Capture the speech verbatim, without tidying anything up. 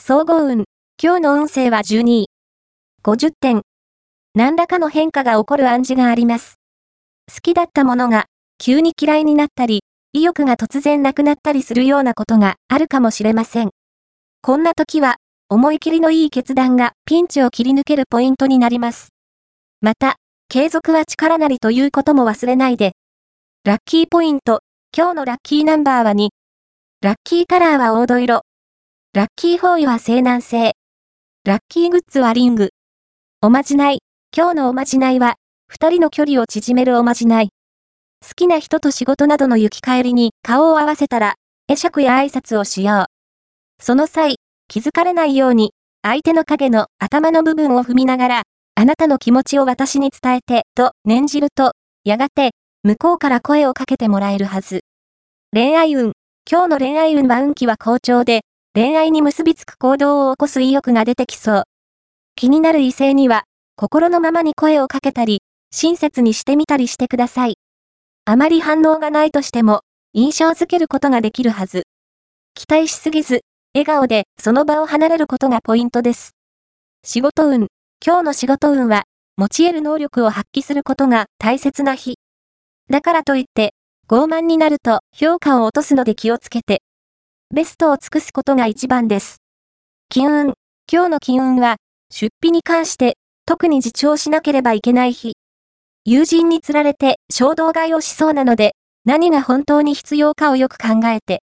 総合運。今日の運勢はじゅうにい。ごじゅってん。何らかの変化が起こる暗示があります。好きだったものが急に嫌いになったり、意欲が突然なくなったりするようなことがあるかもしれません。こんな時は、思い切りのいい決断がピンチを切り抜けるポイントになります。また、継続は力なりということも忘れないで。ラッキーポイント。今日のラッキーナンバーはに。ラッキーカラーは黄土色。ラッキーフォーイは西南西。ラッキーグッズはリング。おまじない。今日のおまじないは、二人の距離を縮めるおまじない。好きな人と仕事などの行き帰りに顔を合わせたら、会釈や挨拶をしよう。その際、気づかれないように、相手の影の頭の部分を踏みながら、あなたの気持ちを私に伝えて、と念じると、やがて、向こうから声をかけてもらえるはず。恋愛運。今日の恋愛運は運気は好調で、恋愛に結びつく行動を起こす意欲が出てきそう。気になる異性には、心のままに声をかけたり、親切にしてみたりしてください。あまり反応がないとしても、印象づけることができるはず。期待しすぎず、笑顔でその場を離れることがポイントです。仕事運。今日の仕事運は、持ち得る能力を発揮することが大切な日。だからといって、傲慢になると評価を落とすので気をつけて。ベストを尽くすことが一番です。金運。今日の金運は、出費に関して、特に自重しなければいけない日。友人に釣られて衝動買いをしそうなので、何が本当に必要かをよく考えて。